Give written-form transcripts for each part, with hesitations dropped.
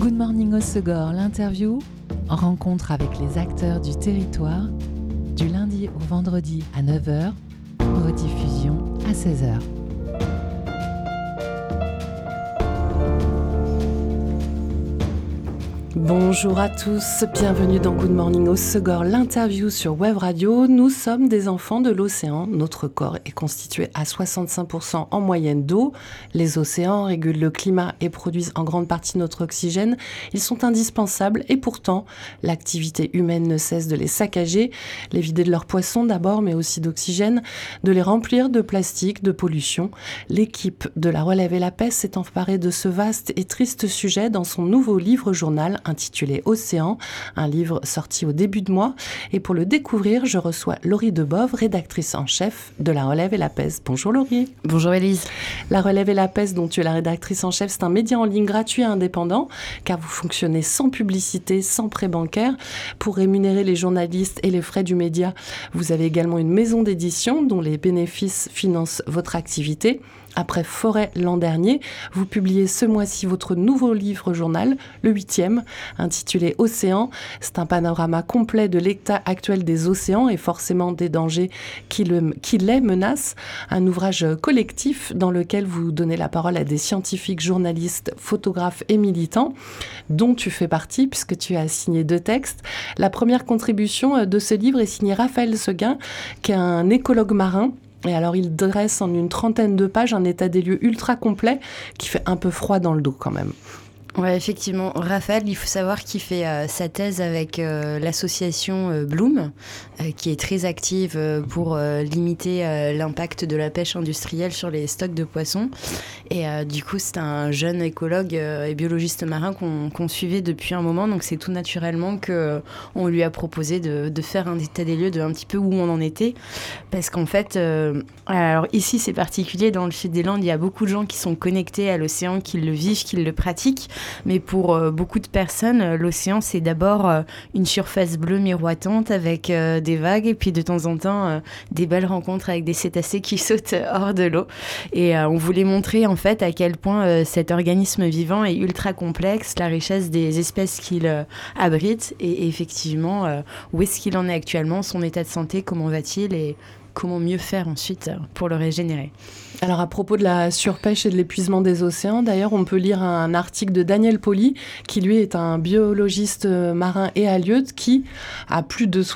Good Morning Hossegor, l'interview, rencontre avec les acteurs du territoire, du lundi au vendredi à 9h, rediffusion à 16h. Bonjour à tous, bienvenue dans Good Morning Hossegor, l'interview sur Web Radio. Nous sommes des enfants de l'océan. Notre corps est constitué à 65% en moyenne d'eau. Les océans régulent le climat et produisent en grande partie notre oxygène. Ils sont indispensables et pourtant, l'activité humaine ne cesse de les saccager, les vider de leurs poissons d'abord, mais aussi d'oxygène, de les remplir de plastique, de pollution. L'équipe de La Relève et la Peste s'est emparée de ce vaste et triste sujet dans son nouveau livre-journal intitulé Océan, un livre sorti au début de mois. Et pour le découvrir, je reçois Laurie Debove, rédactrice en chef de La Relève et la Peste. Bonjour Laurie. Bonjour Élise. La Relève et la Peste, dont tu es la rédactrice en chef, c'est un média en ligne gratuit et indépendant, car vous fonctionnez sans publicité, sans prêt bancaire. Pour rémunérer les journalistes et les frais du média, vous avez également une maison d'édition dont les bénéfices financent votre activité. Après Forêt l'an dernier, vous publiez ce mois-ci votre nouveau livre-journal, le 8e, intitulé Océan. C'est un panorama complet de l'état actuel des océans et forcément des dangers qui les menacent. Un ouvrage collectif dans lequel vous donnez la parole à des scientifiques, journalistes, photographes et militants, dont tu fais partie puisque tu as signé 2 textes. La première contribution de ce livre est signée Raphaël Seguin, qui est un écologue marin. Et alors, il dresse en une 30aine de pages un état des lieux ultra complet qui fait un peu froid dans le dos quand même. Ouais, effectivement. Raphaël, il faut savoir qu'il fait sa thèse avec l'association Bloom, qui est très active pour limiter l'impact de la pêche industrielle sur les stocks de poissons. Et du coup, c'est un jeune écologue et biologiste marin qu'on suivait depuis un moment. Donc, c'est tout naturellement qu'on lui a proposé de faire un état des lieux de un petit peu où on en était. Parce qu'en fait, alors ici, c'est particulier. Dans le sud des Landes, il y a beaucoup de gens qui sont connectés à l'océan, qui le vivent, qui le pratiquent. Mais pour beaucoup de personnes, l'océan, c'est d'abord une surface bleue miroitante avec des vagues et puis de temps en temps, des belles rencontres avec des cétacés qui sautent hors de l'eau. Et on voulait montrer en fait à quel point cet organisme vivant est ultra complexe, la richesse des espèces qu'il abrite et effectivement, où est-ce qu'il en est actuellement, son état de santé, comment va-t-il et comment mieux faire ensuite pour le régénérer. Alors à propos de la surpêche et de l'épuisement des océans, d'ailleurs on peut lire un article de Daniel Pauly, qui lui est un biologiste marin et halieutique qui, à plus de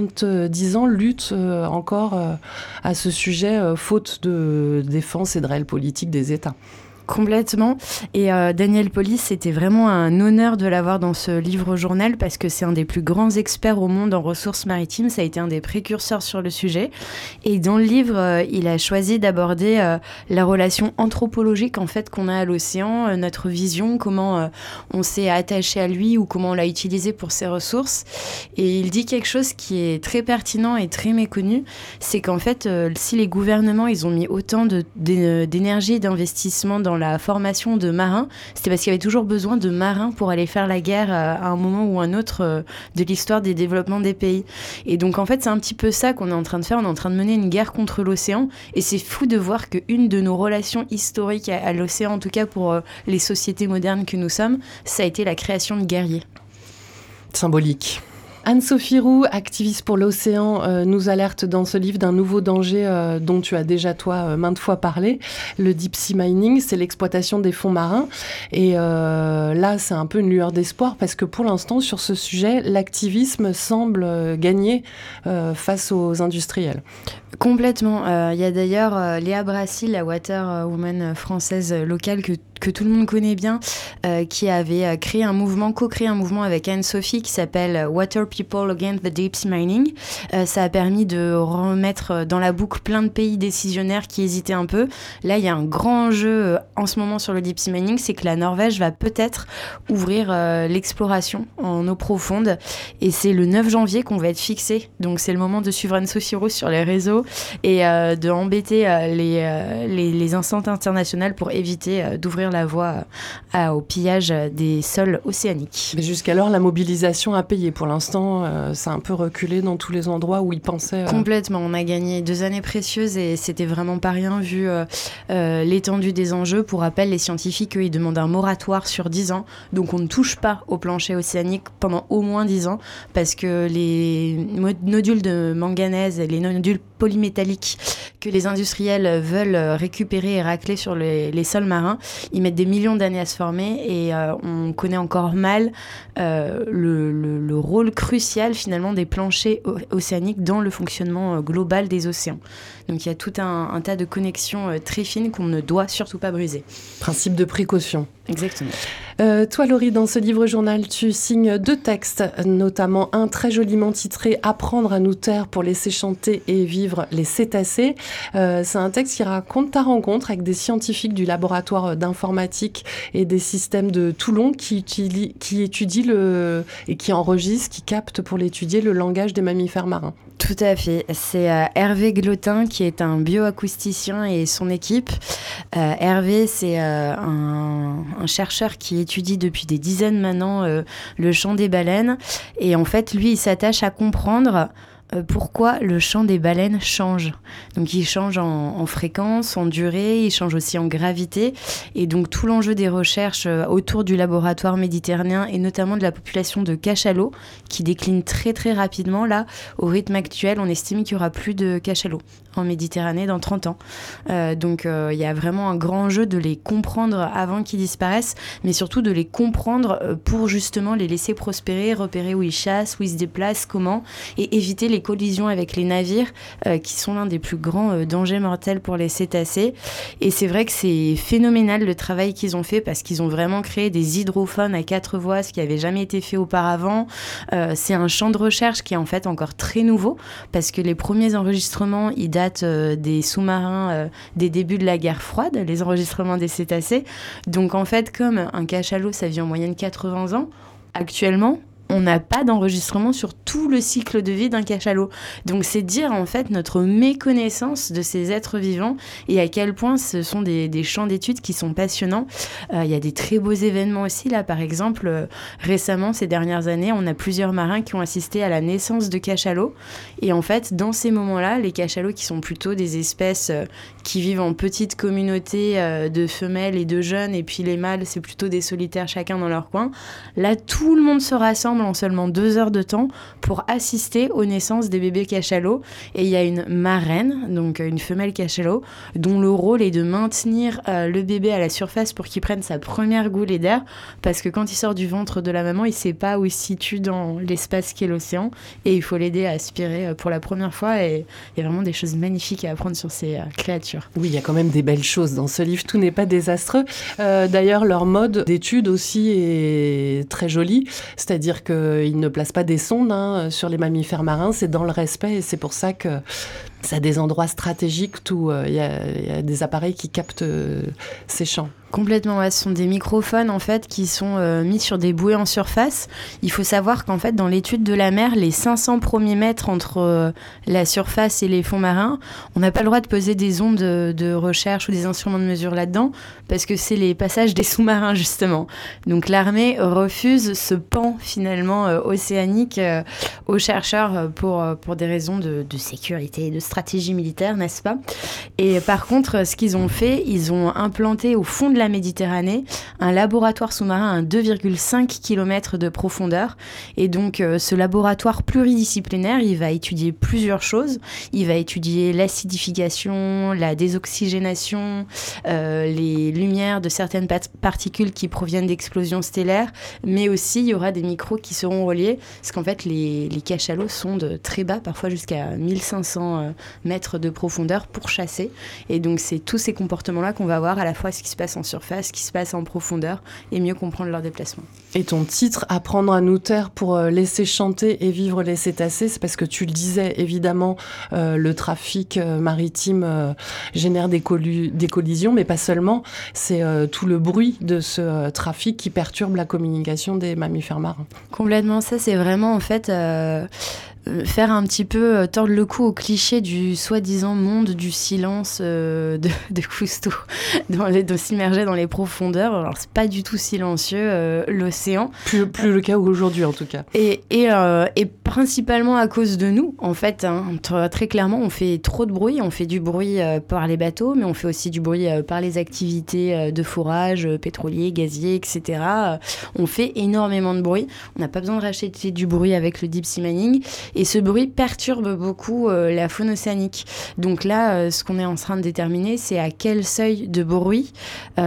70 ans, lutte encore à ce sujet, faute de défense et de réelle politique des États. Complètement. Et Daniel Pauly, c'était vraiment un honneur de l'avoir dans ce livre-journal parce que c'est un des plus grands experts au monde en ressources maritimes. Ça a été un des précurseurs sur le sujet. Et dans le livre, il a choisi d'aborder la relation anthropologique en fait qu'on a à l'océan, notre vision, comment on s'est attaché à lui ou comment on l'a utilisé pour ses ressources. Et il dit quelque chose qui est très pertinent et très méconnu, c'est qu'en fait, si les gouvernements ils ont mis autant d'énergie et d'investissement dans la formation de marins, c'était parce qu'il y avait toujours besoin de marins pour aller faire la guerre à un moment ou un autre de l'histoire des développements des pays. Et donc en fait c'est un petit peu ça qu'on est en train de faire, on est en train de mener une guerre contre l'océan et c'est fou de voir qu'une de nos relations historiques à l'océan, en tout cas pour les sociétés modernes que nous sommes, ça a été la création de guerriers. Symbolique. Anne-Sophie Roux, activiste pour l'océan, nous alerte dans ce livre d'un nouveau danger dont tu as déjà, toi, maintes fois parlé. Le deep sea mining, c'est l'exploitation des fonds marins. Et là, c'est un peu une lueur d'espoir parce que pour l'instant, sur ce sujet, l'activisme semble gagner face aux industriels. Complètement. Il y a d'ailleurs Léa Brassy, la water woman française locale que tout le monde connaît bien, qui avait co-créé un mouvement avec Anne-Sophie qui s'appelle Water People Against the Deep Sea Mining. Ça a permis de remettre dans la boucle plein de pays décisionnaires qui hésitaient un peu. Là, il y a un grand enjeu en ce moment sur le Deep Sea Mining, c'est que la Norvège va peut-être ouvrir l'exploration en eau profonde. Et c'est le 9 janvier qu'on va être fixé. Donc, c'est le moment de suivre Anne-Sophie Roux sur les réseaux et de embêter les instances internationales pour éviter d'ouvrir ouvrir la voie au pillage des sols océaniques. Mais jusqu'alors, la mobilisation a payé. Pour l'instant, ça a un peu reculé dans tous les endroits où ils pensaient... Complètement. On a gagné 2 années précieuses et c'était vraiment pas rien vu l'étendue des enjeux. Pour rappel, les scientifiques, eux, ils demandent un moratoire sur 10 ans. Donc, on ne touche pas au plancher océanique pendant au moins 10 ans parce que les nodules de manganèse et les nodules polymétalliques que les industriels veulent récupérer et racler sur les sols marins, ils mettent des millions d'années à se former et on connaît encore mal le rôle crucial finalement des planchers océaniques dans le fonctionnement global des océans. Donc il y a tout un tas de connexions très fines qu'on ne doit surtout pas briser. Principe de précaution. Exactement. Toi, Laurie, dans ce livre-journal, tu signes 2 textes, notamment un très joliment titré « Apprendre à nous taire pour laisser chanter et vivre les cétacés ». C'est un texte qui raconte ta rencontre avec des scientifiques du laboratoire d'informatique et des systèmes de Toulon qui étudient et qui enregistrent, qui captent pour l'étudier le langage des mammifères marins. Tout à fait. C'est Hervé Glotin qui est un bioacousticien et son équipe. Hervé, c'est un chercheur qui étudie depuis des dizaines maintenant le chant des baleines. Et en fait, lui, il s'attache à comprendre pourquoi le chant des baleines change. Donc il change en fréquence, en durée, il change aussi en gravité. Et donc tout l'enjeu des recherches autour du laboratoire méditerranéen et notamment de la population de cachalots qui décline très très rapidement. Là, au rythme actuel, on estime qu'il y aura plus de cachalots en Méditerranée dans 30 ans. Donc il y a vraiment un grand enjeu de les comprendre avant qu'ils disparaissent, mais surtout de les comprendre pour justement les laisser prospérer, repérer où ils chassent, où ils se déplacent, comment, et éviter les collisions avec les navires qui sont l'un des plus grands dangers mortels pour les cétacés. Et c'est vrai que c'est phénoménal le travail qu'ils ont fait parce qu'ils ont vraiment créé des hydrophones à 4 voix, ce qui n'avait jamais été fait auparavant. C'est un champ de recherche qui est en fait encore très nouveau parce que les premiers enregistrements, ils datent des sous-marins des débuts de la guerre froide, les enregistrements des cétacés. Donc en fait, comme un cachalot, ça vit en moyenne 80 ans, actuellement, on n'a pas d'enregistrement sur tout le cycle de vie d'un cachalot. Donc c'est dire en fait notre méconnaissance de ces êtres vivants et à quel point ce sont des champs d'études qui sont passionnants. Il y a des très beaux événements aussi là, par exemple récemment ces dernières années, on a plusieurs marins qui ont assisté à la naissance de cachalots et en fait dans ces moments-là, les cachalots qui sont plutôt des espèces qui vivent en petites communautés de femelles et de jeunes et puis les mâles c'est plutôt des solitaires chacun dans leur coin. Là tout le monde se rassemble en seulement 2 heures de temps pour assister aux naissances des bébés cachalots. Et il y a une marraine, donc une femelle cachalot, dont le rôle est de maintenir le bébé à la surface pour qu'il prenne sa première goulée d'air, parce que quand il sort du ventre de la maman, il ne sait pas où il se situe dans l'espace qu'est l'océan, et il faut l'aider à aspirer pour la première fois. Et il y a vraiment des choses magnifiques à apprendre sur ces créatures. Oui, il y a quand même des belles choses dans ce livre, tout n'est pas désastreux. D'ailleurs, leur mode d'étude aussi est très joli, c'est-à-dire qu'ils ne placent pas des sondes sur les mammifères marins, c'est dans le respect et c'est pour ça que c'est à des endroits stratégiques où il y a des appareils qui captent ces champs. Complètement, ouais. Ce sont des microphones en fait qui sont mis sur des bouées en surface. Il faut savoir qu'en fait dans l'étude de la mer, les 500 premiers mètres entre la surface et les fonds marins, on n'a pas le droit de poser des ondes de recherche ou des instruments de mesure là-dedans parce que c'est les passages des sous-marins justement. Donc l'armée refuse ce pan finalement océanique aux chercheurs pour des raisons de sécurité et de stratégie militaire, n'est-ce pas ? Et par contre, ce qu'ils ont fait, ils ont implanté au fond de la Méditerranée un laboratoire sous-marin à 2,5 km de profondeur. Et donc, ce laboratoire pluridisciplinaire, il va étudier plusieurs choses. Il va étudier l'acidification, la désoxygénation, les lumières de certaines particules qui proviennent d'explosions stellaires, mais aussi il y aura des micros qui seront reliés, parce qu'en fait, les cachalots sont de très bas, parfois jusqu'à 1500 mètres de profondeur pour chasser. Et donc, c'est tous ces comportements-là qu'on va voir, à la fois ce qui se passe en surface, ce qui se passe en profondeur, et mieux comprendre leur déplacement. Et ton titre, Apprendre à nous taire pour laisser chanter et vivre les cétacés, c'est parce que tu le disais, évidemment, le trafic maritime génère des collisions, mais pas seulement. C'est tout le bruit de ce trafic qui perturbe la communication des mammifères marins. Complètement, ça c'est vraiment en fait faire un petit peu tordre le cou au cliché du soi-disant monde du silence de Cousteau, de s'immerger dans les profondeurs. Alors c'est pas du tout silencieux l'océan. Plus le cas aujourd'hui en tout cas. Et principalement à cause de nous en fait. Très clairement, on fait trop de bruit. On fait du bruit par les bateaux, mais on fait aussi du bruit par les activités de forage, pétrolier, gazier, etc. On fait énormément de bruit. On n'a pas besoin de racheter du bruit avec le deep sea mining. Et ce bruit perturbe beaucoup la faune océanique. Donc là, ce qu'on est en train de déterminer, c'est à quel seuil de bruit il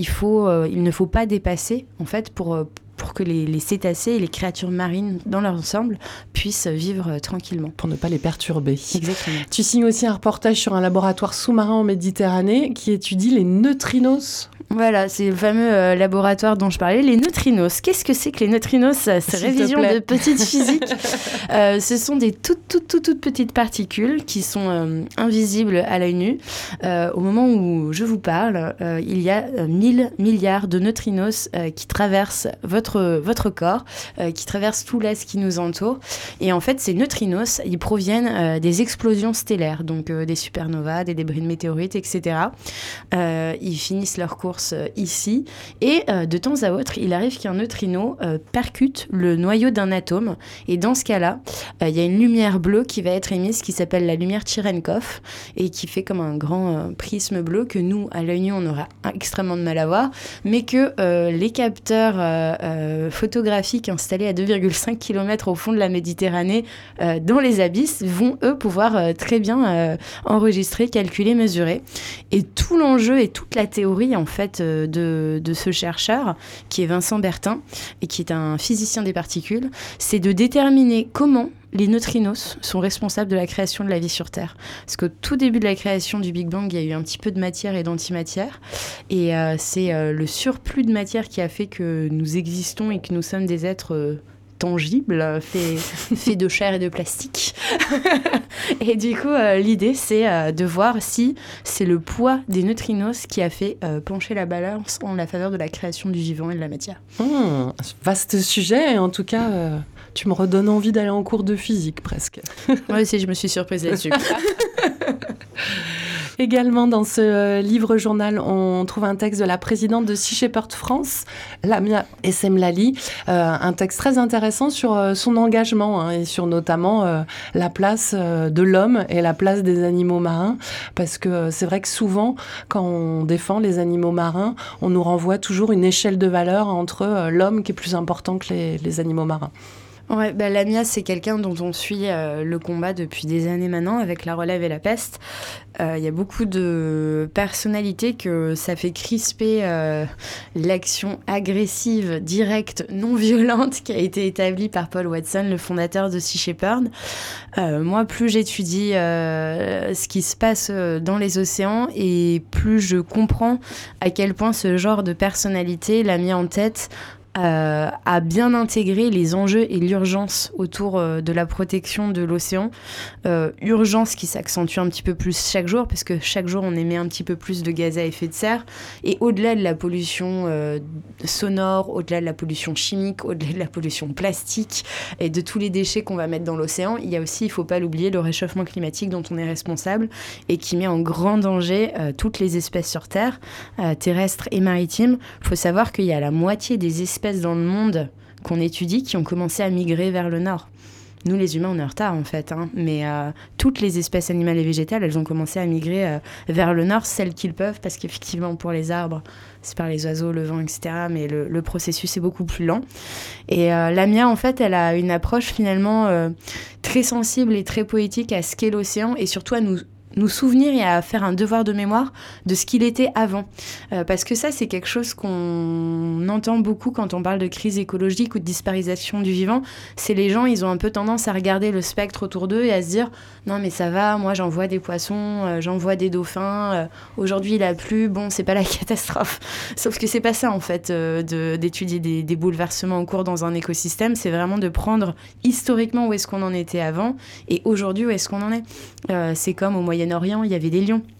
ne faut pas dépasser, en fait, pour que les cétacés et les créatures marines dans leur ensemble puissent vivre tranquillement. Pour ne pas les perturber. Exactement. Tu signes aussi un reportage sur un laboratoire sous-marin en Méditerranée qui étudie les neutrinos. Voilà, c'est le fameux laboratoire dont je parlais, les neutrinos. Qu'est-ce que c'est que les neutrinos ? C'est révision de petite physique. Ce sont des toutes petites particules qui sont invisibles à l'œil nu. Au moment où je vous parle, il y a 1000 milliards de neutrinos qui traversent votre corps, qui traversent tout l'est qui nous entoure. Et en fait, ces neutrinos, ils proviennent des explosions stellaires, donc des supernovas, des débris de météorites, etc. Ils finissent leur course ici, et de temps à autre, il arrive qu'un neutrino percute le noyau d'un atome, et dans ce cas-là, il y a une lumière bleue qui va être émise, qui s'appelle la lumière Cherenkov, et qui fait comme un grand prisme bleu que nous, à l'œil nu, on aura extrêmement de mal à voir, mais que les capteurs photographiques installés à 2,5 km au fond de la Méditerranée, dans les abysses, vont, eux, pouvoir très bien enregistrer, calculer, mesurer. Et tout l'enjeu et toute la théorie, en fait, de ce chercheur, qui est Vincent Bertin, et qui est un physicien des particules, c'est de déterminer comment les neutrinos sont responsables de la création de la vie sur Terre. Parce qu'au tout début de la création du Big Bang, il y a eu un petit peu de matière et d'antimatière. Et c'est le surplus de matière qui a fait que nous existons et que nous sommes des êtres tangibles, faits de chair et de plastique. Et du coup, l'idée, c'est de voir si c'est le poids des neutrinos qui a fait pencher la balance en la faveur de la création du vivant et de la matière. Vaste sujet, et en tout cas... Tu me redonnes envie d'aller en cours de physique, presque. Moi aussi, je me suis surprise là-dessus. Également, dans ce livre-journal, on trouve un texte de la présidente de Sea Shepherd France, Lamia Essemlali, un texte très intéressant sur son engagement et sur notamment la place de l'homme et la place des animaux marins, parce que c'est vrai que souvent, quand on défend les animaux marins, on nous renvoie toujours une échelle de valeur entre l'homme qui est plus important que les animaux marins. Ouais, Lamia, c'est quelqu'un dont on suit le combat depuis des années maintenant avec la relève et la peste. Il y a beaucoup de personnalités que ça fait crisper l'action agressive, directe, non violente qui a été établie par Paul Watson, le fondateur de Sea Shepherd. Moi, plus j'étudie ce qui se passe dans les océans, et plus je comprends à quel point ce genre de personnalité l'a mis en tête à bien intégrer les enjeux et l'urgence autour de la protection de l'océan. Urgence qui s'accentue un petit peu plus chaque jour, parce que chaque jour on émet un petit peu plus de gaz à effet de serre, et au-delà de la pollution sonore, au-delà de la pollution chimique, au-delà de la pollution plastique et de tous les déchets qu'on va mettre dans l'océan, il y a aussi, il ne faut pas l'oublier, le réchauffement climatique dont on est responsable et qui met en grand danger toutes les espèces sur Terre, terrestres et maritimes. Il faut savoir qu'il y a la moitié des espèces dans le monde qu'on étudie qui ont commencé à migrer vers le nord. Nous, les humains, on est en retard, en fait, mais toutes les espèces animales et végétales, elles ont commencé à migrer vers le nord, celles qu'ils peuvent, parce qu'effectivement, pour les arbres, c'est par les oiseaux, le vent, etc., mais le processus est beaucoup plus lent. Et Lamia, en fait, elle a une approche, finalement, très sensible et très poétique à ce qu'est l'océan, et surtout à nous souvenir et à faire un devoir de mémoire de ce qu'il était avant. Parce que ça, c'est quelque chose qu'on entend beaucoup quand on parle de crise écologique ou de disparition du vivant. C'est les gens, ils ont un peu tendance à regarder le spectre autour d'eux et à se dire « Non, mais ça va, moi j'en vois des poissons, j'en vois des dauphins, aujourd'hui il a plu, bon, c'est pas la catastrophe. » Sauf que c'est pas ça, en fait, d'étudier des bouleversements en cours dans un écosystème. C'est vraiment de prendre historiquement où est-ce qu'on en était avant et aujourd'hui où est-ce qu'on en est. C'est comme au Moyen-Orient, il y avait des lions.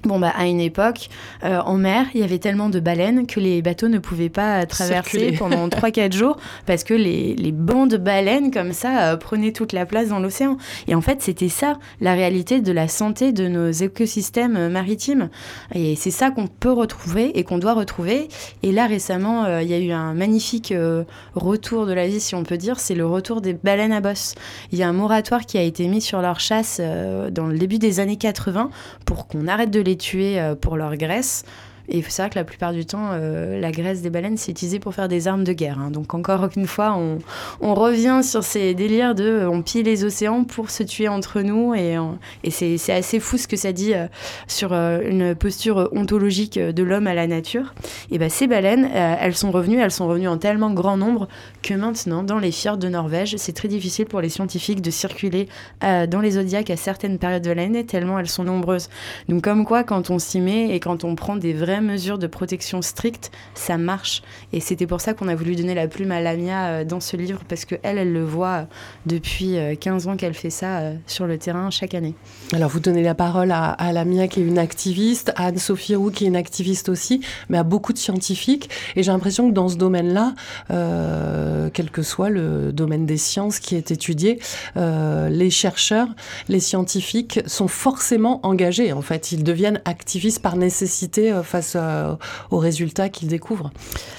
À une époque, en mer, il y avait tellement de baleines que les bateaux ne pouvaient pas traverser pendant 3-4 jours parce que les bancs de baleines, comme ça, prenaient toute la place dans l'océan. Et en fait, c'était ça, la réalité de la santé de nos écosystèmes maritimes. Et c'est ça qu'on peut retrouver et qu'on doit retrouver. Et là, récemment, il y a eu un magnifique retour de la vie, si on peut dire, c'est le retour des baleines à bosse. Il y a un moratoire qui a été mis sur leur chasse dans le début des années 80 pour qu'on arrête de les tuer pour leur graisse. Et il faut savoir que la plupart du temps, la graisse des baleines, c'est utilisé pour faire des armes de guerre. Hein. Donc encore une fois, on revient sur ces délires de on pille les océans pour se tuer entre nous. Et c'est assez fou ce que ça dit sur une posture ontologique de l'homme à la nature. Et ces baleines, elles sont revenues en tellement grand nombre que maintenant, dans les fjords de Norvège, c'est très difficile pour les scientifiques de circuler dans les zodiacs à certaines périodes de l'année, tellement elles sont nombreuses. Donc comme quoi, quand on s'y met et quand on prend des vraies mesures de protection strictes, ça marche. Et c'était pour ça qu'on a voulu donner la plume à Lamia dans ce livre, parce qu'elle le voit depuis 15 ans qu'elle fait ça sur le terrain chaque année. Alors vous donnez la parole à Lamia qui est une activiste, à Anne-Sophie Roux qui est une activiste aussi, mais à beaucoup de scientifiques. Et j'ai l'impression que dans ce domaine-là, quel que soit le domaine des sciences qui est étudié, les chercheurs, les scientifiques sont forcément engagés. En fait, ils deviennent activistes par nécessité face aux résultats qu'ils découvrent.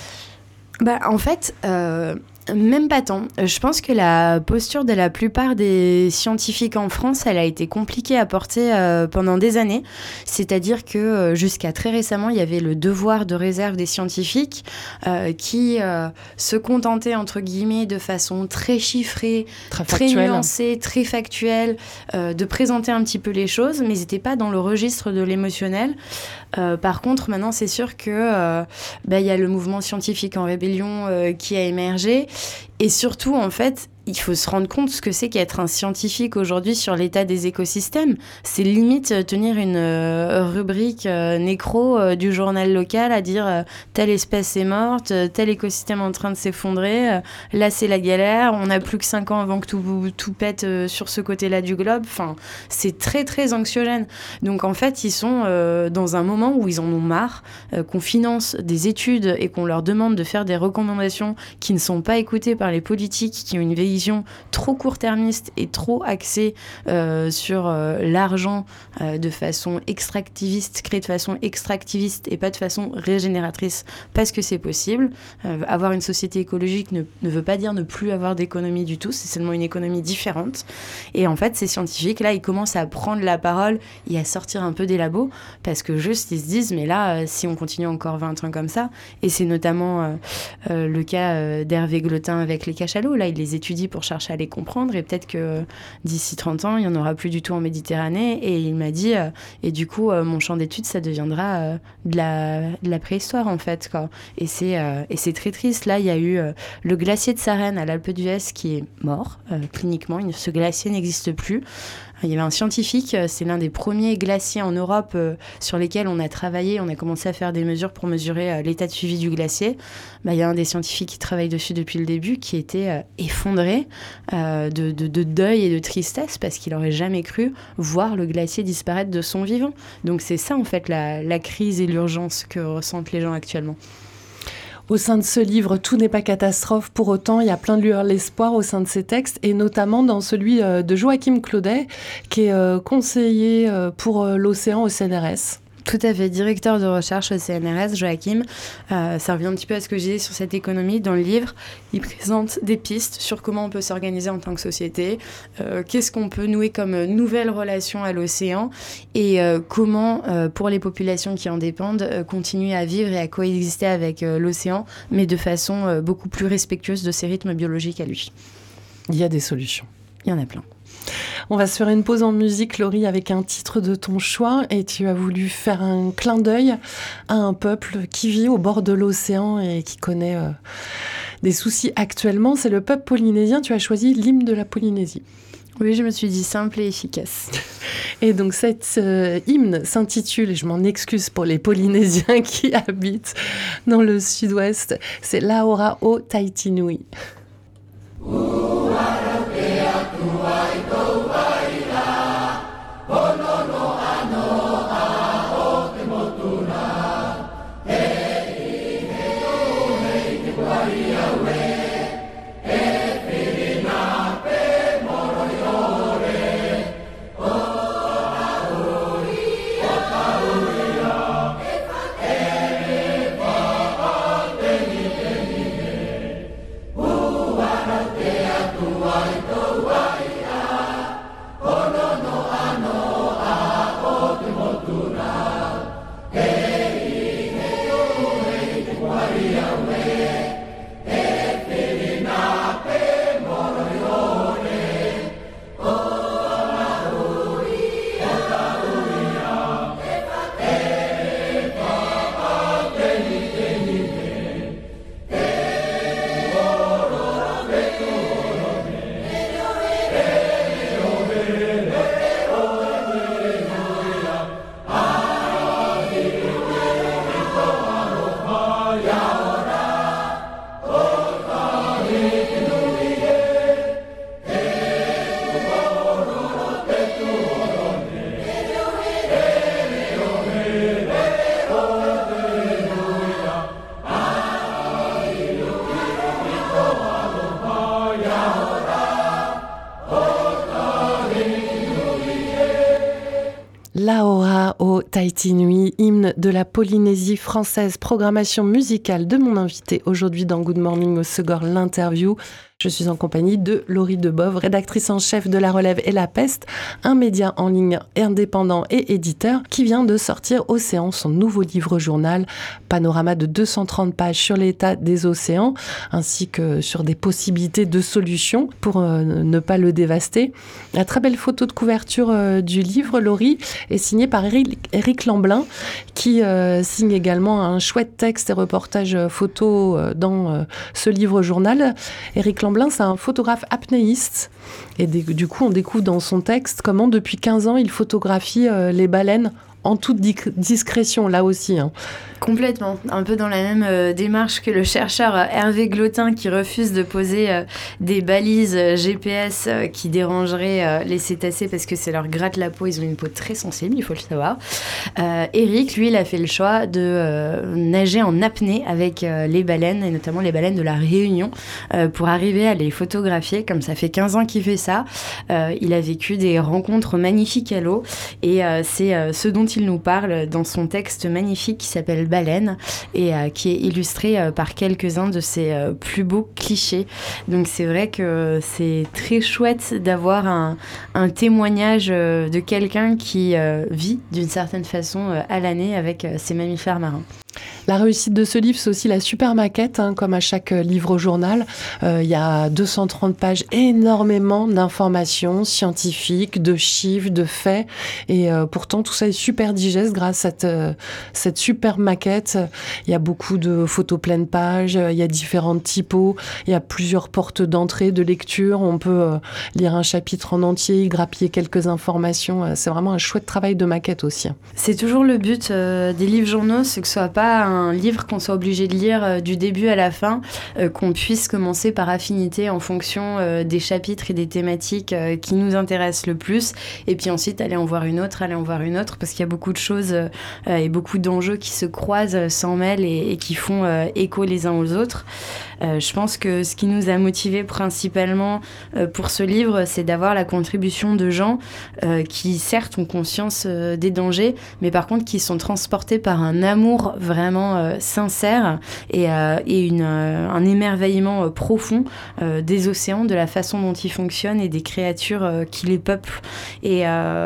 En fait, même pas tant. Je pense que la posture de la plupart des scientifiques en France, elle a été compliquée à porter pendant des années. C'est-à-dire que jusqu'à très récemment, il y avait le devoir de réserve des scientifiques qui se contentaient, entre guillemets, de façon très chiffrée, très nuancée, très factuelle, de présenter un petit peu les choses, mais ils n'étaient pas dans le registre de l'émotionnel. Par contre, maintenant, c'est sûr que y a le mouvement scientifique en rébellion qui a émergé. Et surtout, en fait, il faut se rendre compte ce que c'est qu'être un scientifique aujourd'hui sur l'état des écosystèmes. C'est limite tenir une rubrique nécro du journal local à dire telle espèce est morte, tel écosystème est en train de s'effondrer, là c'est la galère, on n'a plus que 5 ans avant que tout pète sur ce côté-là du globe. Enfin, c'est très très anxiogène. Donc en fait, ils sont dans un moment où ils en ont marre, qu'on finance des études et qu'on leur demande de faire des recommandations qui ne sont pas écoutées par les politiques, qui ont une vision trop court-termiste et trop axée sur l'argent de façon extractiviste, créée de façon extractiviste et pas de façon régénératrice, parce que c'est possible. Avoir une société écologique ne veut pas dire ne plus avoir d'économie du tout, c'est seulement une économie différente. Et en fait, ces scientifiques-là, ils commencent à prendre la parole et à sortir un peu des labos, parce que juste, ils se disent, mais là, si on continue encore 20 ans comme ça, et c'est notamment le cas d'Hervé Glotin avec les cachalots, là, il les étudie pour chercher à les comprendre, et peut-être que d'ici 30 ans, il n'y en aura plus du tout en Méditerranée. Et il m'a dit, et du coup, mon champ d'études, ça deviendra de la préhistoire, en fait, quoi. Et c'est très triste. Là, il y a eu le glacier de Sarenne à l'Alpe d'Huez qui est mort, cliniquement. Ce glacier n'existe plus. Il y avait un scientifique, c'est l'un des premiers glaciers en Europe sur lesquels on a travaillé, on a commencé à faire des mesures pour mesurer l'état de suivi du glacier. Il y a un des scientifiques qui travaille dessus depuis le début qui était effondré de deuil et de tristesse parce qu'il n'aurait jamais cru voir le glacier disparaître de son vivant. Donc c'est ça en fait la crise et l'urgence que ressentent les gens actuellement. Au sein de ce livre, tout n'est pas catastrophe. Pour autant, il y a plein de lueurs l'espoir au sein de ces textes, et notamment dans celui de Joachim Claudet, qui est conseiller pour l'océan au CNRS. Tout à fait, directeur de recherche au CNRS, Joachim. Ça revient un petit peu à ce que j'ai dit sur cette économie. Dans le livre, il présente des pistes sur comment on peut s'organiser en tant que société, qu'est-ce qu'on peut nouer comme nouvelle relation à l'océan, et comment, pour les populations qui en dépendent, continuer à vivre et à coexister avec l'océan, mais de façon beaucoup plus respectueuse de ses rythmes biologiques à lui. Il y a des solutions. Il y en a plein. On va se faire une pause en musique, Laurie, avec un titre de ton choix, et tu as voulu faire un clin d'œil à un peuple qui vit au bord de l'océan et qui connaît des soucis actuellement. C'est le peuple polynésien. Tu as choisi l'hymne de la Polynésie. Oui, je me suis dit simple et efficace. Et donc cet hymne s'intitule, et je m'en excuse pour les Polynésiens qui habitent dans le sud-ouest, c'est Laora o Taitinui. Tahiti Nuit, hymne de la Polynésie française, programmation musicale de mon invité aujourd'hui dans Good Morning au Segor, l'interview. Je suis en compagnie de Laurie Debove, rédactrice en chef de La Relève et La Peste, un média en ligne indépendant et éditeur qui vient de sortir Océan, son nouveau livre-journal, panorama de 230 pages sur l'état des océans, ainsi que sur des possibilités de solutions pour ne pas le dévaster. La très belle photo de couverture du livre, Laurie, est signée par Éric Lamblin, qui signe également un chouette texte et reportage photo dans ce livre-journal. Éric Lamblin, c'est un photographe apnéiste et du coup on découvre dans son texte comment depuis 15 ans il photographie les baleines en toute discrétion là aussi. Complètement, un peu dans la même démarche que le chercheur Hervé Glotin qui refuse de poser des balises GPS qui dérangeraient les cétacés parce que ça leur gratte la peau, ils ont une peau très sensible, il faut le savoir. Eric, lui, il a fait le choix de nager en apnée avec les baleines, et notamment les baleines de la Réunion, pour arriver à les photographier. Comme ça fait 15 ans qu'il fait ça, il a vécu des rencontres magnifiques à l'eau, et c'est ce dont il nous parle dans son texte magnifique qui s'appelle Baleine et qui est illustré par quelques-uns de ses plus beaux clichés. Donc c'est vrai que c'est très chouette d'avoir un témoignage de quelqu'un qui vit d'une certaine façon à l'année avec ces mammifères marins. La réussite de ce livre, c'est aussi la super maquette, comme à chaque livre-journal. Il y a 230 pages, énormément d'informations scientifiques, de chiffres, de faits. Et pourtant, tout ça est super digeste grâce à cette super maquette. Il y a beaucoup de photos pleines pages, il y a différentes typos, il y a plusieurs portes d'entrée, de lecture. On peut lire un chapitre en entier, y grappiller quelques informations. C'est vraiment un chouette travail de maquette aussi. C'est toujours le but des livres-journaux, c'est que ce soit pas un livre qu'on soit obligé de lire du début à la fin, qu'on puisse commencer par affinité en fonction des chapitres et des thématiques qui nous intéressent le plus, et puis ensuite aller en voir une autre, parce qu'il y a beaucoup de choses et beaucoup d'enjeux qui se croisent, s'en mêlent et qui font écho les uns aux autres. Je pense que ce qui nous a motivés principalement pour ce livre, c'est d'avoir la contribution de gens qui certes ont conscience des dangers, mais par contre qui sont transportés par un amour vraiment sincère et un émerveillement profond des océans, de la façon dont ils fonctionnent et des créatures qui les peuplent. Et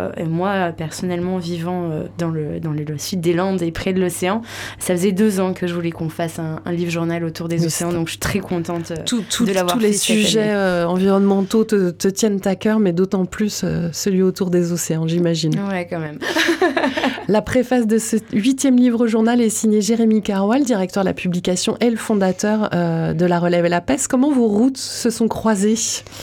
moi, personnellement, vivant dans le sud des Landes et près de l'océan, ça faisait 2 ans que je voulais qu'on fasse un livre-journal autour des océans, donc je suis très contente de l'avoir fait. Tous les sujets environnementaux te tiennent à cœur, mais d'autant plus celui autour des océans, j'imagine. Ouais, quand même. La préface de ce 8e livre-journal est signée Jérémy Carwal, directeur de la publication et le fondateur de La Relève et La Peste. Comment vos routes se sont croisées ?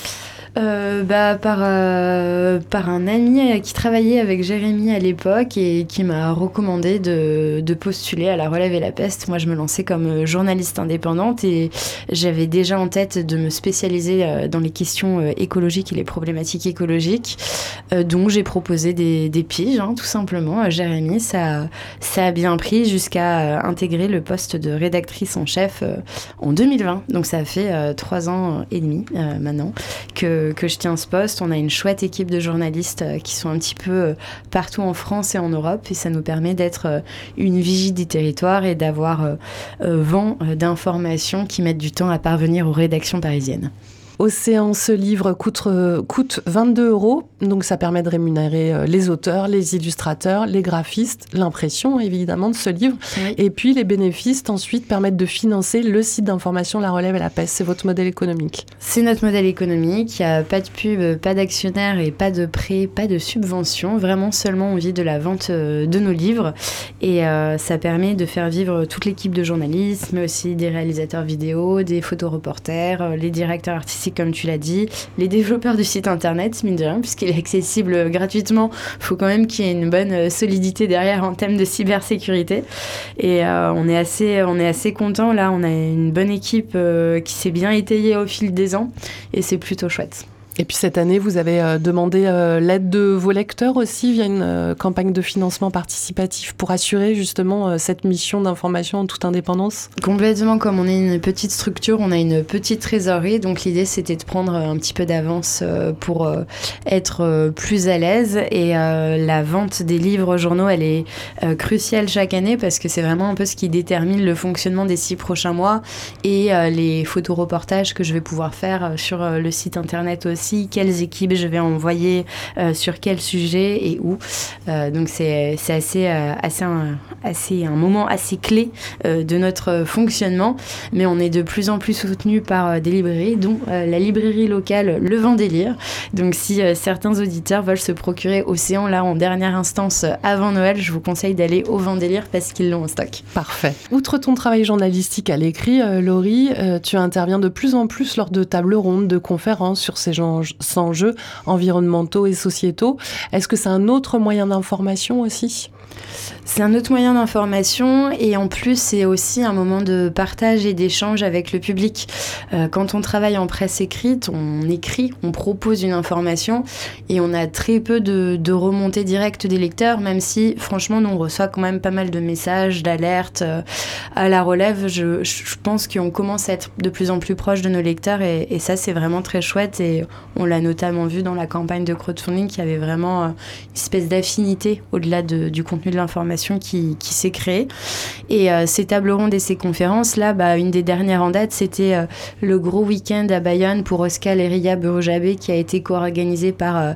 Par un ami qui travaillait avec Jérémy à l'époque et qui m'a recommandé de postuler à La Relève et La Peste. Moi, je me lançais comme journaliste indépendante et j'avais déjà en tête de me spécialiser dans les questions écologiques et les problématiques écologiques. Donc, j'ai proposé des piges, tout simplement, à Jérémy. Ça a bien pris jusqu'à intégrer le poste de rédactrice en chef en 2020. Donc, ça fait 3 ans et demi maintenant que je tiens ce poste. On a une chouette équipe de journalistes qui sont un petit peu partout en France et en Europe, et ça nous permet d'être une vigie des territoires et d'avoir vent d'informations qui mettent du temps à parvenir aux rédactions parisiennes. Océan, ce livre coûte 22 €, donc ça permet de rémunérer les auteurs, les illustrateurs, les graphistes, l'impression évidemment de ce livre, oui. Et puis les bénéfices ensuite permettent de financer le site d'information La Relève et La Peste. C'est votre modèle économique. C'est notre modèle économique, il n'y a pas de pub, pas d'actionnaire et pas de prêt, pas de subvention, vraiment seulement on vit de la vente de nos livres, et ça permet de faire vivre toute l'équipe de journalistes, mais aussi des réalisateurs vidéo, des photoreporters, les directeurs artistiques comme tu l'as dit, les développeurs du site internet, mine de rien, puisqu'il est accessible gratuitement. Il faut quand même qu'il y ait une bonne solidité derrière en termes de cybersécurité. Et on est assez contents. Là, on a une bonne équipe qui s'est bien étayée au fil des ans et c'est plutôt chouette. Et puis cette année, vous avez demandé l'aide de vos lecteurs aussi via une campagne de financement participatif pour assurer justement cette mission d'information en toute indépendance. Complètement, comme on est une petite structure, on a une petite trésorerie, donc l'idée c'était de prendre un petit peu d'avance pour être plus à l'aise. Et la vente des livres journaux, elle est cruciale chaque année parce que c'est vraiment un peu ce qui détermine le fonctionnement des 6 prochains mois et les photoreportages que je vais pouvoir faire sur le site internet aussi, quelles équipes je vais envoyer sur quel sujet et où. Donc c'est assez un moment assez clé de notre fonctionnement, mais on est de plus en plus soutenu par des librairies, dont la librairie locale Le Vendélire. Donc si certains auditeurs veulent se procurer Océan là en dernière instance avant Noël, je vous conseille d'aller au Vendélire parce qu'ils l'ont en stock. Parfait. Outre ton travail journalistique à l'écrit, Laurie, tu interviens de plus en plus lors de tables rondes, de conférences sur ces enjeux environnementaux et sociétaux. Est-ce que c'est un autre moyen d'information aussi ? C'est un autre moyen d'information et en plus c'est aussi un moment de partage et d'échange avec le public. Quand on travaille en presse écrite, on écrit, on propose une information et on a très peu de remontées directes des lecteurs, même si franchement nous on reçoit quand même pas mal de messages, d'alertes à la relève. Je pense qu'on commence à être de plus en plus proche de nos lecteurs et ça c'est vraiment très chouette et on l'a notamment vu dans la campagne de crowdfunding qu'il y avait vraiment une espèce d'affinité au-delà du contenu de l'information qui s'est créée. Et ces tables rondes et ces conférences, là, une des dernières en date, c'était le gros week-end à Bayonne pour Oscar et Ria Berojabé qui a été co-organisé par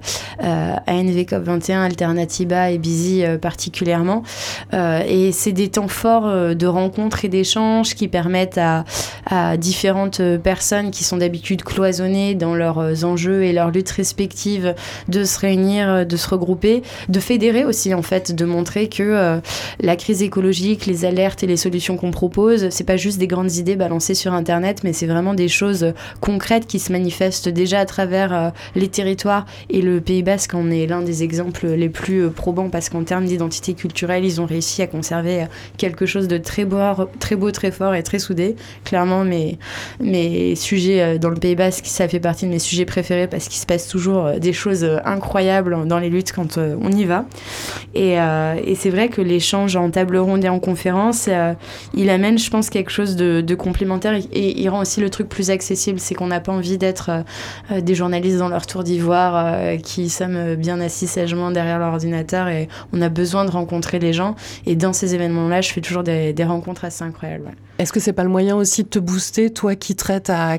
ANV COP21, Alternativa et Busy particulièrement. Et c'est des temps forts de rencontres et d'échanges qui permettent à différentes personnes qui sont d'habitude cloisonnées dans leurs enjeux et leurs luttes respectives de se réunir, de se regrouper, de fédérer aussi en fait, de montrer que la crise écologique, les alertes et les solutions qu'on propose, c'est pas juste des grandes idées balancées sur Internet, mais c'est vraiment des choses concrètes qui se manifestent déjà à travers les territoires. Et le Pays Basque en est l'un des exemples les plus probants parce qu'en termes d'identité culturelle, ils ont réussi à conserver quelque chose de très beau, très fort et très soudé. Clairement, mes sujets dans le Pays Basque, ça fait partie de mes sujets préférés parce qu'il se passe toujours des choses incroyables dans les luttes quand on y va. Et c'est vrai que l'échange en table ronde et en conférence, il amène, je pense, quelque chose de complémentaire et il rend aussi le truc plus accessible. C'est qu'on n'a pas envie d'être des journalistes dans leur tour d'ivoire qui sommes bien assis sagement derrière leur ordinateur et on a besoin de rencontrer les gens. Et dans ces événements-là, je fais toujours des rencontres assez incroyables. Ouais. Est-ce que c'est pas le moyen aussi de te booster, toi qui traites à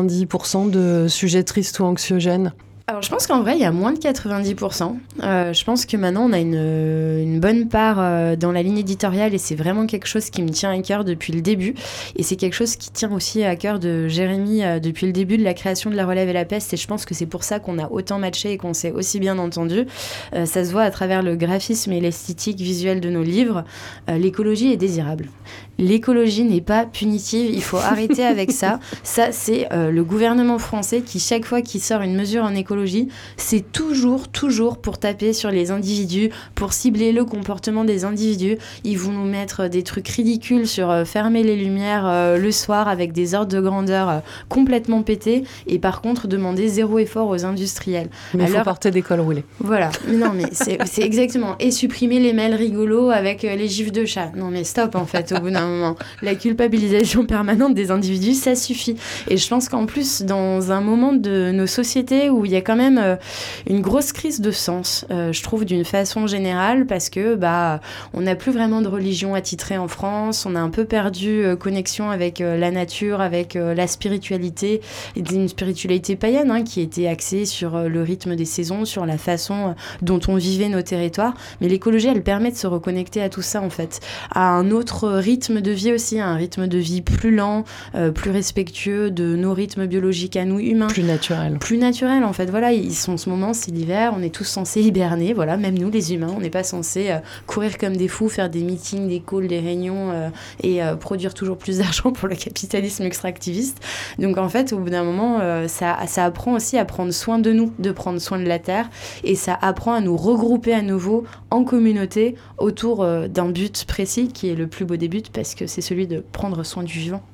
90% de sujets tristes ou anxiogènes ? Alors je pense qu'en vrai il y a moins de 90%. Je pense que maintenant on a une bonne part dans la ligne éditoriale et c'est vraiment quelque chose qui me tient à cœur depuis le début et c'est quelque chose qui tient aussi à cœur de Jérémy depuis le début de la création de La Relève et la Peste et je pense que c'est pour ça qu'on a autant matché et qu'on s'est aussi bien entendu. Ça se voit à travers le graphisme et l'esthétique visuelle de nos livres. L'écologie est désirable. L'écologie n'est pas punitive, il faut arrêter avec ça. Ça, c'est le gouvernement français qui, chaque fois qu'il sort une mesure en écologie, c'est toujours pour taper sur les individus, pour cibler le comportement des individus. Ils vont nous mettre des trucs ridicules sur fermer les lumières le soir avec des ordres de grandeur complètement pétés et par contre demander zéro effort aux industriels. Mais il faut porter des cols roulés. Voilà, mais c'est exactement. Et supprimer les mails rigolos avec les gifs de chat. Non mais stop en fait, au bout d'un moment. La culpabilisation permanente des individus, ça suffit. Et je pense qu'en plus, dans un moment de nos sociétés où il y a quand même une grosse crise de sens, je trouve d'une façon générale, parce que on n'a plus vraiment de religion attitrée en France, on a un peu perdu connexion avec la nature, avec la spiritualité, et une spiritualité païenne qui était axée sur le rythme des saisons, sur la façon dont on vivait nos territoires. Mais l'écologie, elle permet de se reconnecter à tout ça en fait, à un autre rythme de vie aussi, un rythme de vie plus lent, plus respectueux de nos rythmes biologiques à nous humains. Plus naturel. Plus naturel en fait, voilà, en ce moment c'est l'hiver, on est tous censés hiberner, voilà, même nous les humains, on n'est pas censés courir comme des fous, faire des meetings, des calls, des réunions et produire toujours plus d'argent pour le capitalisme extractiviste. Donc en fait, au bout d'un moment, ça apprend aussi à prendre soin de nous, de prendre soin de la Terre et ça apprend à nous regrouper à nouveau en communauté autour d'un but précis qui est le plus beau des buts parce que c'est celui de prendre soin du vivant.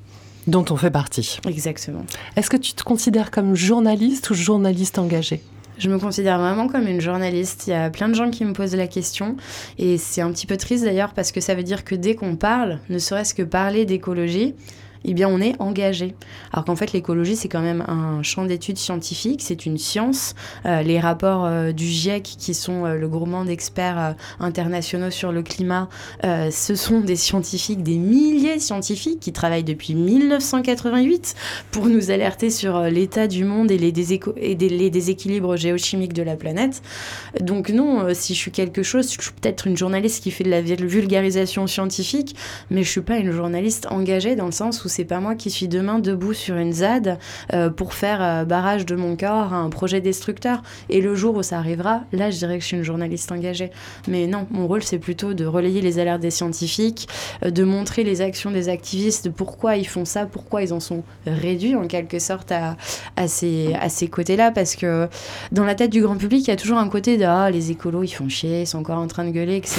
Dont on fait partie. Exactement. Est-ce que tu te considères comme journaliste ou journaliste engagée ? Je me considère vraiment comme une journaliste. Il y a plein de gens qui me posent la question et c'est un petit peu triste d'ailleurs parce que ça veut dire que dès qu'on parle, ne serait-ce que parler d'écologie, eh bien on est engagé. Alors qu'en fait l'écologie c'est quand même un champ d'études scientifique, c'est une science. Les rapports du GIEC qui sont le groupement d'experts internationaux sur le climat, ce sont des scientifiques, des milliers de scientifiques qui travaillent depuis 1988 pour nous alerter sur l'état du monde et les déséquilibres géochimiques de la planète. Donc non, si je suis quelque chose, je suis peut-être une journaliste qui fait de la vulgarisation scientifique, mais je suis pas une journaliste engagée dans le sens où c'est pas moi qui suis demain debout sur une ZAD pour faire barrage de mon corps à un projet destructeur. Et le jour où ça arrivera, là, je dirais que je suis une journaliste engagée. Mais non, mon rôle, c'est plutôt de relayer les alertes des scientifiques, de montrer les actions des activistes, de pourquoi ils font ça, pourquoi ils en sont réduits, en quelque sorte, à ces côtés-là. Parce que dans la tête du grand public, il y a toujours un côté de « Ah, les écolos, ils font chier, ils sont encore en train de gueuler, etc. »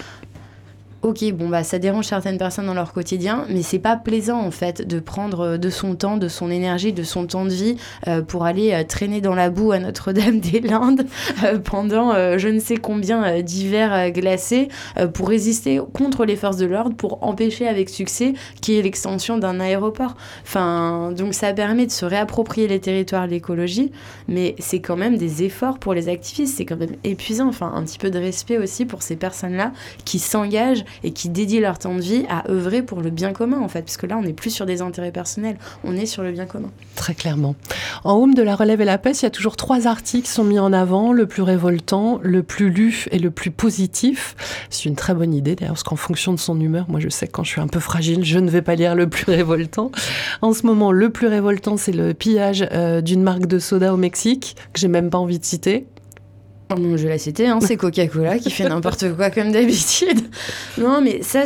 Ok, bon bah ça dérange certaines personnes dans leur quotidien, mais c'est pas plaisant en fait de prendre de son temps, de son énergie, de son temps de vie pour aller traîner dans la boue à Notre-Dame-des-Landes pendant je ne sais combien d'hivers glacés pour résister contre les forces de l'ordre, pour empêcher avec succès qu'il y ait l'extension d'un aéroport. Enfin, donc ça permet de se réapproprier les territoires de l'écologie, mais c'est quand même des efforts pour les activistes, c'est quand même épuisant. Enfin, un petit peu de respect aussi pour ces personnes-là qui s'engagent et qui dédient leur temps de vie à œuvrer pour le bien commun, en fait. Parce que là, on n'est plus sur des intérêts personnels, on est sur le bien commun. Très clairement. En home de La Relève et la Peste, il y a toujours 3 articles qui sont mis en avant, le plus révoltant, le plus lu et le plus positif. C'est une très bonne idée, d'ailleurs, parce qu'en fonction de son humeur, moi, je sais que quand je suis un peu fragile, je ne vais pas lire le plus révoltant. En ce moment, le plus révoltant, c'est le pillage d'une marque de soda au Mexique, que j'ai même pas envie de citer. Oh non, je vais la citer, hein, c'est Coca-Cola qui fait n'importe quoi comme d'habitude. Non, mais ça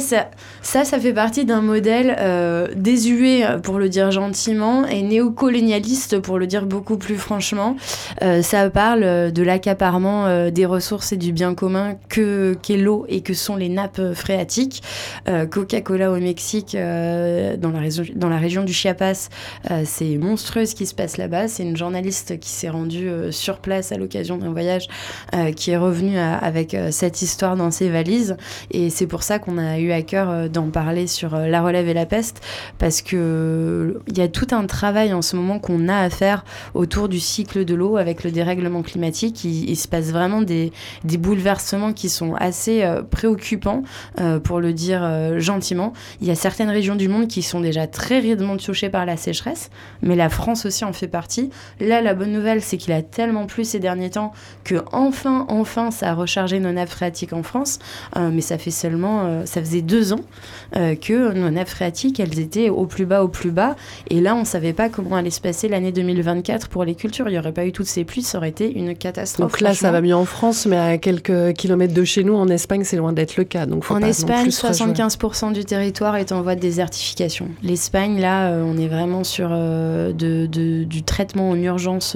fait partie d'un modèle désuet, pour le dire gentiment, et néocolonialiste, pour le dire beaucoup plus franchement. Ça parle de l'accaparement des ressources et du bien commun qu'est l'eau et que sont les nappes phréatiques. Coca-Cola au Mexique, dans la région du Chiapas, c'est monstrueux ce qui se passe là-bas. C'est une journaliste qui s'est rendue sur place à l'occasion d'un voyage qui est revenu avec cette histoire dans ses valises, et c'est pour ça qu'on a eu à cœur d'en parler sur La Relève et la Peste, parce que il y a tout un travail en ce moment qu'on a à faire autour du cycle de l'eau avec le dérèglement climatique. Il se passe vraiment des bouleversements qui sont assez préoccupants, pour le dire gentiment. Il y a certaines régions du monde qui sont déjà très rudement touchées par la sécheresse, mais la France aussi en fait partie. Là, la bonne nouvelle, c'est qu'il a tellement plu ces derniers temps que enfin, ça a rechargé nos nappes phréatiques en France, mais ça faisait 2 ans que nos nappes phréatiques, elles étaient au plus bas, et là, on savait pas comment allait se passer l'année 2024 pour les cultures. Il y aurait pas eu toutes ces pluies, ça aurait été une catastrophe. Donc là, ça va mieux en France, mais à quelques kilomètres de chez nous, en Espagne, c'est loin d'être le cas. Donc faut en pas Espagne, non plus 75% du territoire est en voie de désertification. L'Espagne, là, on est vraiment sur du traitement en urgence.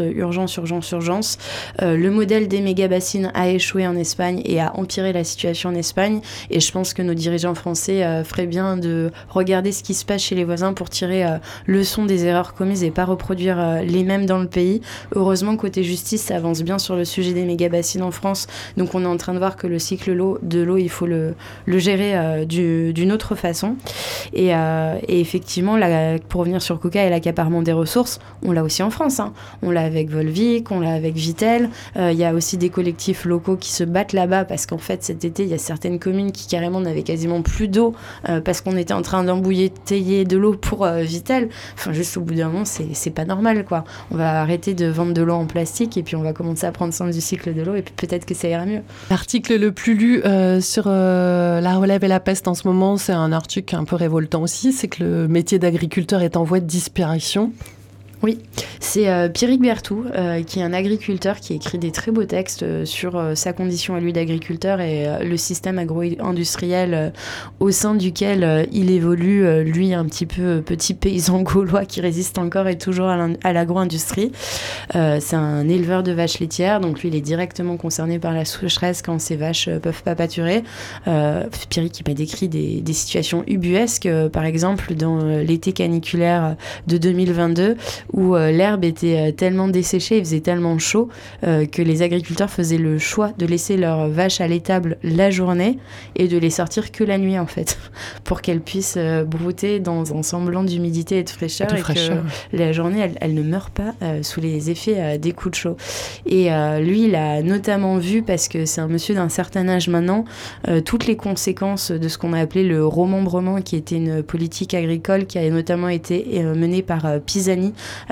Le modèle des méga-bassines a échoué en Espagne et a empiré la situation en Espagne, et je pense que nos dirigeants français feraient bien de regarder ce qui se passe chez les voisins pour tirer leçon des erreurs commises et pas reproduire les mêmes dans le pays. Heureusement, côté justice, ça avance bien sur le sujet des méga-bassines en France, donc on est en train de voir que le cycle de l'eau, il faut le gérer d'une autre façon, et effectivement, là, pour revenir sur Coca et l'accaparement des ressources, on l'a aussi en France, hein. On l'a avec Volvic, on l'a avec Vitel. Il y a aussi des collectifs locaux qui se battent là-bas parce qu'en fait cet été il y a certaines communes qui carrément n'avaient quasiment plus d'eau parce qu'on était en train d'embouteiller de l'eau pour Vitel. Enfin, juste au bout d'un moment, c'est pas normal, quoi. On va arrêter de vendre de l'eau en plastique et puis on va commencer à prendre soin du cycle de l'eau, et puis peut-être que ça ira mieux. L'article le plus lu sur La Relève et la Peste en ce moment, c'est un article un peu révoltant aussi, c'est que le métier d'agriculteur est en voie de disparition. Oui, c'est Pierrick Berthou, qui est un agriculteur qui écrit des très beaux textes sur sa condition à lui d'agriculteur et le système agro-industriel au sein duquel il évolue, lui un petit peu petit paysan gaulois qui résiste encore et toujours à l'agro-industrie. C'est un éleveur de vaches laitières, donc lui il est directement concerné par la sécheresse quand ses vaches peuvent pas pâturer. Pierrick il m'a décrit des situations ubuesques, par exemple dans l'été caniculaire de 2022, où l'herbe était tellement desséchée, il faisait tellement chaud que les agriculteurs faisaient le choix de laisser leurs vaches à l'étable la journée et de les sortir que la nuit en fait, pour qu'elles puissent brouter dans un semblant d'humidité et de fraîcheur, que la journée elle ne meure pas sous les effets des coups de chaud. Et lui il a notamment vu, parce que c'est un monsieur d'un certain âge maintenant, toutes les conséquences de ce qu'on a appelé le remembrement, qui était une politique agricole qui a notamment été menée par Pisani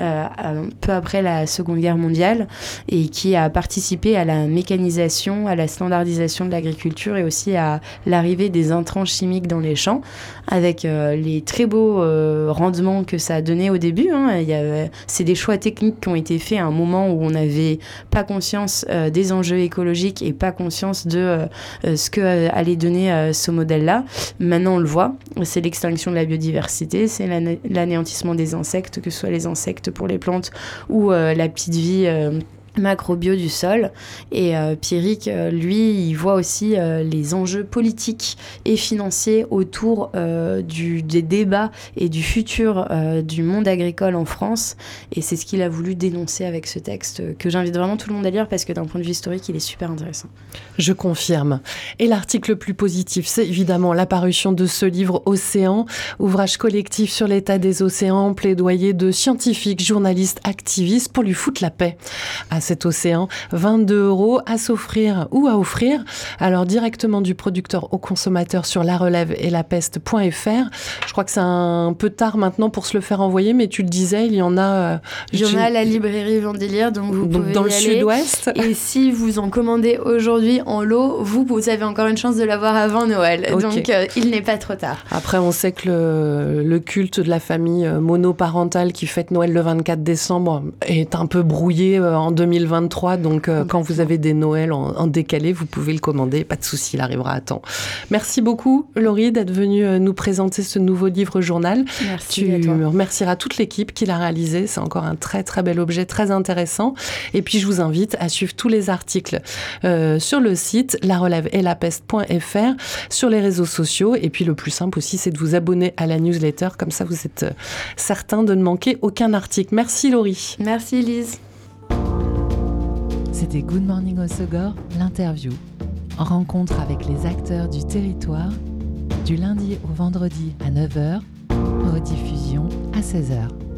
peu après la Seconde Guerre mondiale, et qui a participé à la mécanisation, à la standardisation de l'agriculture et aussi à l'arrivée des intrants chimiques dans les champs, avec les très beaux rendements que ça a donné au début. C'est des choix techniques qui ont été faits à un moment où on n'avait pas conscience des enjeux écologiques et pas conscience de ce que allait donner ce modèle-là. Maintenant on le voit, c'est l'extinction de la biodiversité, c'est l'anéantissement des insectes, que ce soit les insectes pour les plantes ou la petite vie macrobio du sol. Et Pierrick, lui, il voit aussi les enjeux politiques et financiers autour des débats et du futur du monde agricole en France. Et c'est ce qu'il a voulu dénoncer avec ce texte, que j'invite vraiment tout le monde à lire, parce que d'un point de vue historique, il est super intéressant. Je confirme. Et l'article le plus positif, c'est évidemment la parution de ce livre Océan, ouvrage collectif sur l'état des océans, plaidoyer de scientifiques, journalistes, activistes pour lui foutre la paix à cet océan. 22 € à s'offrir ou à offrir. Alors directement du producteur au consommateur sur larelève-et-lapeste.fr. Je crois que c'est un peu tard maintenant pour se le faire envoyer, mais tu le disais, il y en a... Il y en a à la librairie Vendélire, donc vous pouvez dans y le aller. sud-ouest. Et si vous en commandez aujourd'hui en lot, vous avez encore une chance de l'avoir avant Noël. Okay. Donc il n'est pas trop tard. Après, on sait que le culte de la famille monoparentale qui fête Noël le 24 décembre est un peu brouillé en 2023. Donc, quand vous avez des Noëls en décalé, vous pouvez le commander. Pas de souci, il arrivera à temps. Merci beaucoup, Laurie, d'être venue nous présenter ce nouveau livre journal. Merci à toi. Tu remercieras toute l'équipe qui l'a réalisé. C'est encore un très, très bel objet, très intéressant. Et puis, je vous invite à suivre tous les articles sur le site larelève-et-lapeste.fr, sur les réseaux sociaux. Et puis, le plus simple aussi, c'est de vous abonner à la newsletter. Comme ça, vous êtes certain de ne manquer aucun article. Merci, Laurie. Merci, Lise. C'était Good Morning Hossegor, l'interview. Rencontre avec les acteurs du territoire, du lundi au vendredi à 9h, rediffusion à 16h.